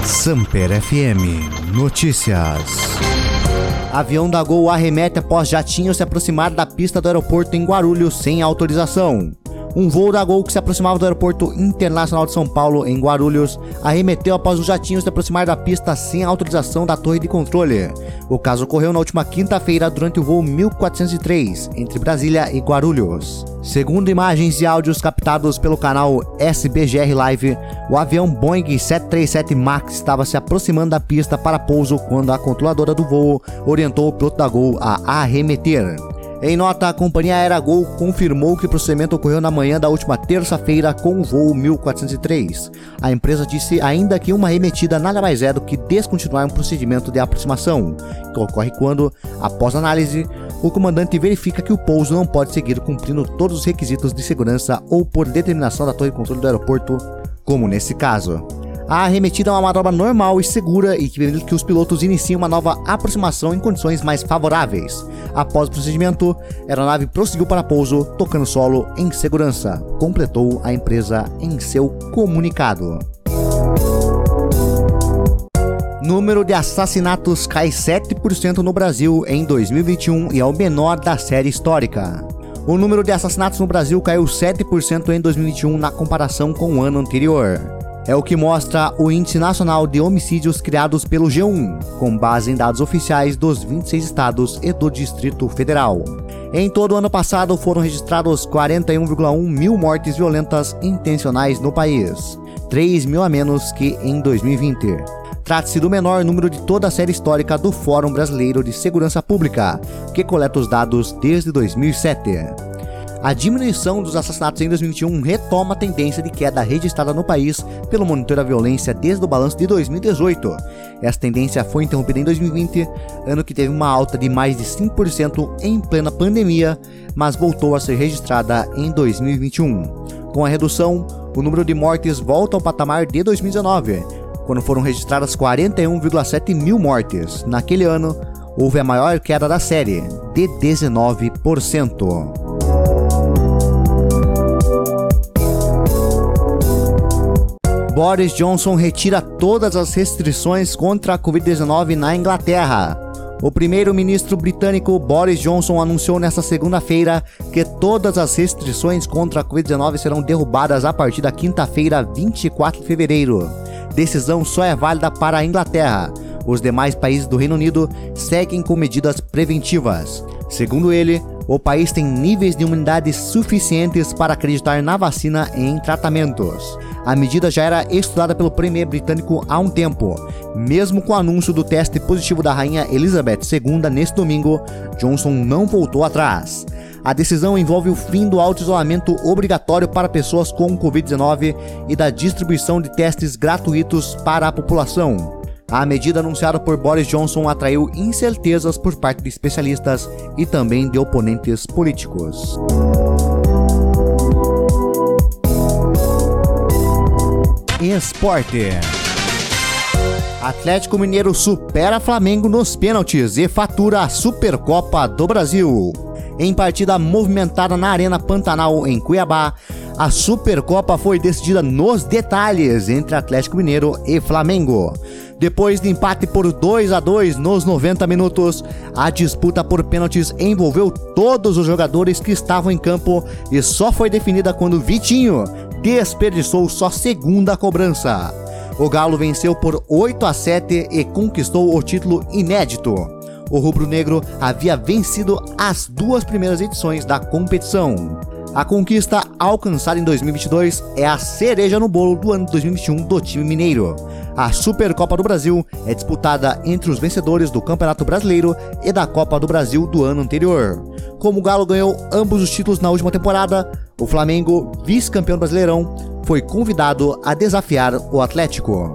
Samper FM Notícias. Avião da Gol arremete após jatinho se aproximar da pista do aeroporto em Guarulhos sem autorização. Um voo da Gol que se aproximava do Aeroporto Internacional de São Paulo, em Guarulhos, arremeteu após o jatinho se aproximar da pista sem autorização da torre de controle. O caso ocorreu na última quinta-feira durante o voo 1403, entre Brasília e Guarulhos. Segundo imagens e áudios captados pelo canal SBGR Live, o avião Boeing 737 MAX estava se aproximando da pista para pouso quando a controladora do voo orientou o piloto da Gol a arremeter. Em nota, a companhia aérea Gol confirmou que o procedimento ocorreu na manhã da última terça-feira com o voo 1403. A empresa disse ainda que uma arremetida nada mais é do que descontinuar um procedimento de aproximação, que ocorre quando, após análise, o comandante verifica que o pouso não pode seguir cumprindo todos os requisitos de segurança ou por determinação da torre de controle do aeroporto, como nesse caso. A arremetida é uma manobra normal e segura e que permite que os pilotos iniciem uma nova aproximação em condições mais favoráveis. Após o procedimento, a aeronave prosseguiu para pouso, tocando solo em segurança, completou a empresa em seu comunicado. Número de assassinatos cai 7% no Brasil em 2021 e é o menor da série histórica. O número de assassinatos no Brasil caiu 7% em 2021 na comparação com o ano anterior. É o que mostra o Índice Nacional de Homicídios criados pelo G1, com base em dados oficiais dos 26 estados e do Distrito Federal. Em todo o ano passado foram registrados 41,1 mil mortes violentas intencionais no país, 3 mil a menos que em 2020. Trata-se do menor número de toda a série histórica do Fórum Brasileiro de Segurança Pública, que coleta os dados desde 2007. A diminuição dos assassinatos em 2021 retoma a tendência de queda registrada no país pelo Monitor da Violência desde o balanço de 2018. Essa tendência foi interrompida em 2020, ano que teve uma alta de mais de 5% em plena pandemia, mas voltou a ser registrada em 2021. Com a redução, o número de mortes volta ao patamar de 2019, quando foram registradas 41,7 mil mortes. Naquele ano, houve a maior queda da série, de 19%. Boris Johnson retira todas as restrições contra a Covid-19 na Inglaterra. O primeiro-ministro britânico Boris Johnson anunciou nesta segunda-feira que todas as restrições contra a Covid-19 serão derrubadas a partir da quinta-feira, 24 de fevereiro. Decisão só é válida para a Inglaterra. Os demais países do Reino Unido seguem com medidas preventivas. Segundo ele, o país tem níveis de imunidade suficientes para acreditar na vacina e em tratamentos. A medida já era estudada pelo premier britânico há um tempo. Mesmo com o anúncio do teste positivo da rainha Elizabeth II neste domingo, Johnson não voltou atrás. A decisão envolve o fim do auto-isolamento obrigatório para pessoas com Covid-19 e da distribuição de testes gratuitos para a população. A medida anunciada por Boris Johnson atraiu incertezas por parte de especialistas e também de oponentes políticos. Esporte. Atlético Mineiro supera Flamengo nos pênaltis e fatura a Supercopa do Brasil. Em partida movimentada na Arena Pantanal, em Cuiabá, a Supercopa foi decidida nos detalhes entre Atlético Mineiro e Flamengo. Depois de empate por 2-2 nos 90 minutos, a disputa por pênaltis envolveu todos os jogadores que estavam em campo e só foi definida quando Vitinho desperdiçou sua segunda cobrança. O Galo venceu por 8-7 e conquistou o título inédito. O rubro-negro havia vencido as duas primeiras edições da competição. A conquista alcançada em 2022 é a cereja no bolo do ano de 2021 do time mineiro. A Supercopa do Brasil é disputada entre os vencedores do Campeonato Brasileiro e da Copa do Brasil do ano anterior. Como o Galo ganhou ambos os títulos na última temporada, o Flamengo, vice-campeão brasileirão, foi convidado a desafiar o Atlético.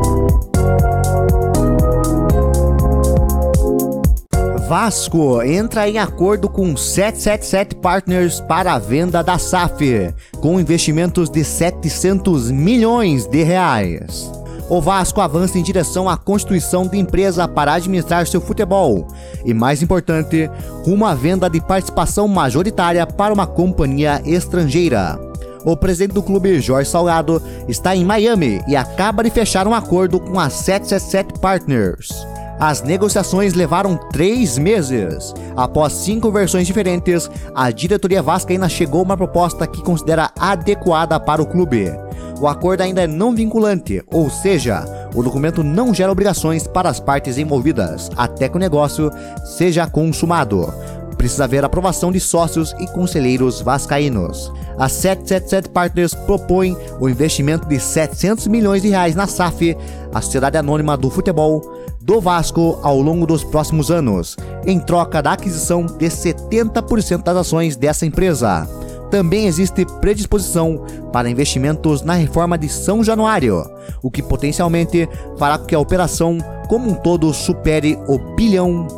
Vasco entra em acordo com 777 Partners para a venda da SAF, com investimentos de 700 milhões de reais. O Vasco avança em direção à constituição de empresa para administrar seu futebol e, mais importante, rumo à venda de participação majoritária para uma companhia estrangeira. O presidente do clube, Jorge Salgado, está em Miami e acaba de fechar um acordo com a 777 Partners. As negociações levaram 3 meses. Após 5 versões diferentes, a diretoria vascaína chegou a uma proposta que considera adequada para o clube. O acordo ainda é não vinculante, ou seja, o documento não gera obrigações para as partes envolvidas, até que o negócio seja consumado. Precisa haver aprovação de sócios e conselheiros vascaínos. A 777 Partners propõe o investimento de 700 milhões de reais na SAF, a Sociedade Anônima do Futebol, do Vasco ao longo dos próximos anos, em troca da aquisição de 70% das ações dessa empresa. Também existe predisposição para investimentos na reforma de São Januário, o que potencialmente fará com que a operação como um todo supere o R$ 1 bilhão.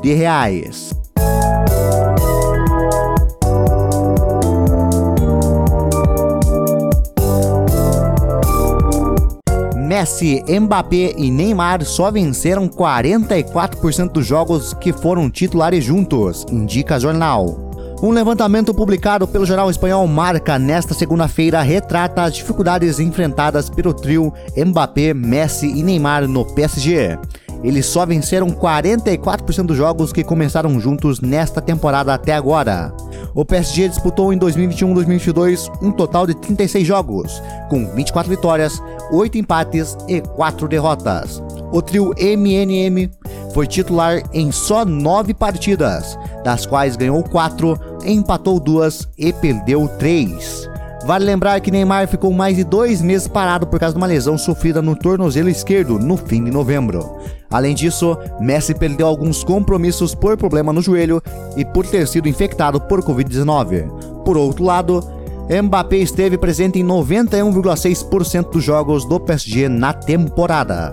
Messi, Mbappé e Neymar só venceram 44% dos jogos que foram titulares juntos, indica o jornal. Um levantamento publicado pelo jornal espanhol Marca nesta segunda-feira retrata as dificuldades enfrentadas pelo trio Mbappé, Messi e Neymar no PSG. Eles só venceram 44% dos jogos que começaram juntos nesta temporada até agora. O PSG disputou em 2021-2022 um total de 36 jogos, com 24 vitórias, 8 empates e 4 derrotas. O trio MNM foi titular em só 9 partidas, das quais ganhou 4, empatou 2 e perdeu 3. Vale lembrar que Neymar ficou mais de 2 meses parado por causa de uma lesão sofrida no tornozelo esquerdo no fim de novembro. Além disso, Messi perdeu alguns compromissos por problema no joelho e por ter sido infectado por Covid-19. Por outro lado, Mbappé esteve presente em 91,6% dos jogos do PSG na temporada.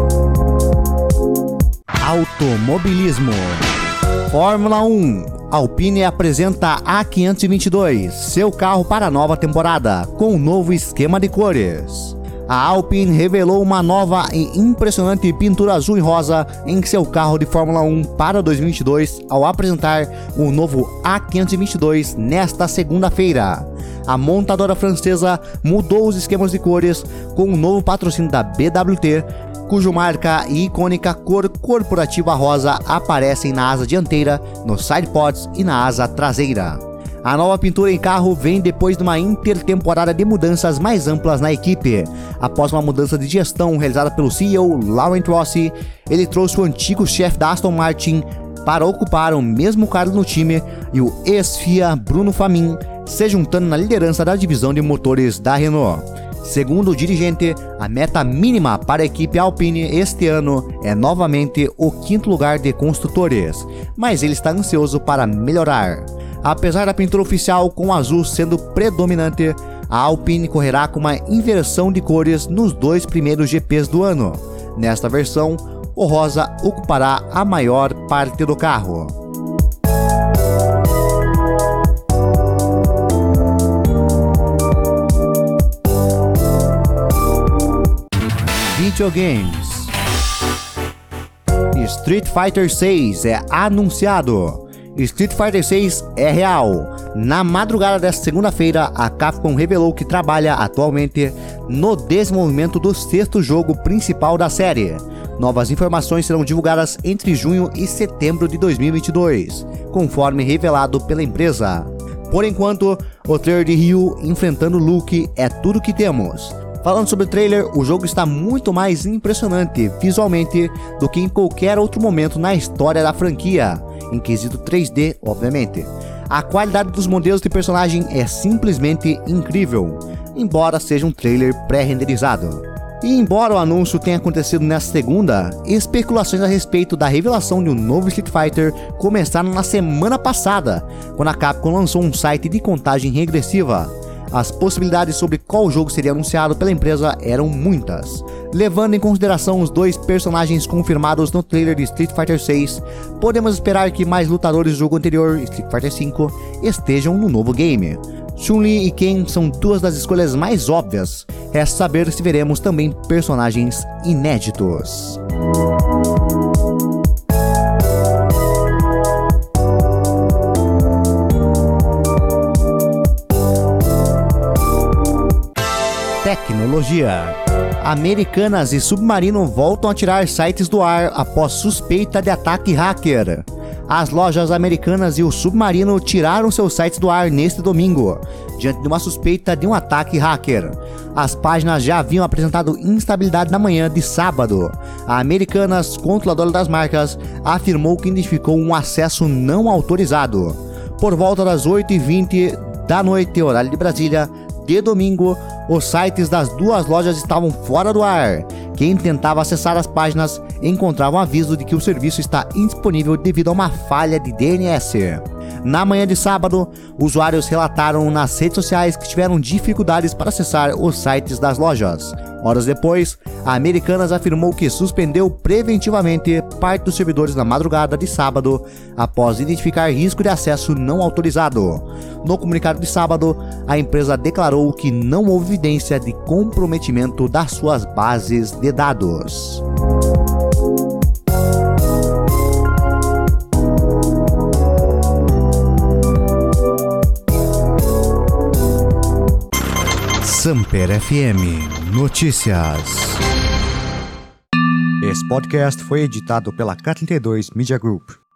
Automobilismo. Fórmula 1. Alpine apresenta A522, seu carro para a nova temporada, com um novo esquema de cores. A Alpine revelou uma nova e impressionante pintura azul e rosa em seu carro de Fórmula 1 para 2022 ao apresentar o novo A522 nesta segunda-feira. A montadora francesa mudou os esquemas de cores com um novo patrocínio da BWT, cuja marca e icônica cor corporativa rosa aparecem na asa dianteira, nos sidepods e na asa traseira. A nova pintura em carro vem depois de uma intertemporada de mudanças mais amplas na equipe. Após uma mudança de gestão realizada pelo CEO Laurent Rossi, ele trouxe o antigo chefe da Aston Martin para ocupar o mesmo cargo no time e o ex-FIA Bruno Famin se juntando na liderança da divisão de motores da Renault. Segundo o dirigente, a meta mínima para a equipe Alpine este ano é novamente o 5º lugar de construtores, mas ele está ansioso para melhorar. Apesar da pintura oficial com o azul sendo predominante, a Alpine correrá com uma inversão de cores nos 2 primeiros GPs do ano. Nesta versão, o rosa ocupará a maior parte do carro. Videogames. Street Fighter 6 é anunciado. Street Fighter 6 é real. Na madrugada desta segunda-feira, a Capcom revelou que trabalha atualmente no desenvolvimento do 6º jogo principal da série. Novas informações serão divulgadas entre junho e setembro de 2022, conforme revelado pela empresa. Por enquanto, o trailer de Ryu enfrentando Luke é tudo que temos. Falando sobre o trailer, o jogo está muito mais impressionante visualmente do que em qualquer outro momento na história da franquia, em quesito 3D, obviamente. A qualidade dos modelos de personagem é simplesmente incrível, embora seja um trailer pré-renderizado. E embora o anúncio tenha acontecido nesta segunda, especulações a respeito da revelação de um novo Street Fighter começaram na semana passada, quando a Capcom lançou um site de contagem regressiva. As possibilidades sobre qual jogo seria anunciado pela empresa eram muitas. Levando em consideração os 2 personagens confirmados no trailer de Street Fighter 6, podemos esperar que mais lutadores do jogo anterior, Street Fighter 5, estejam no novo game. Chun-Li e Ken são 2 das escolhas mais óbvias, resta saber se veremos também personagens inéditos. tecnologia. Americanas e Submarino voltam a tirar sites do ar após suspeita de ataque hacker. As lojas Americanas e o Submarino tiraram seus sites do ar neste domingo, diante de uma suspeita de um ataque hacker. As páginas já haviam apresentado instabilidade na manhã de sábado. A Americanas, controladora das marcas, afirmou que identificou um acesso não autorizado. Por volta das 8h20 da noite, horário de Brasília, de domingo, os sites das duas lojas estavam fora do ar. Quem tentava acessar as páginas encontrava um aviso de que o serviço está indisponível devido a uma falha de DNS. Na manhã de sábado, usuários relataram nas redes sociais que tiveram dificuldades para acessar os sites das lojas. Horas depois, a Americanas afirmou que suspendeu preventivamente parte dos servidores na madrugada de sábado após identificar risco de acesso não autorizado. No comunicado de sábado, a empresa declarou que não houve evidência de comprometimento das suas bases de dados. Samper FM Notícias. Esse podcast foi editado pela K32 Media Group.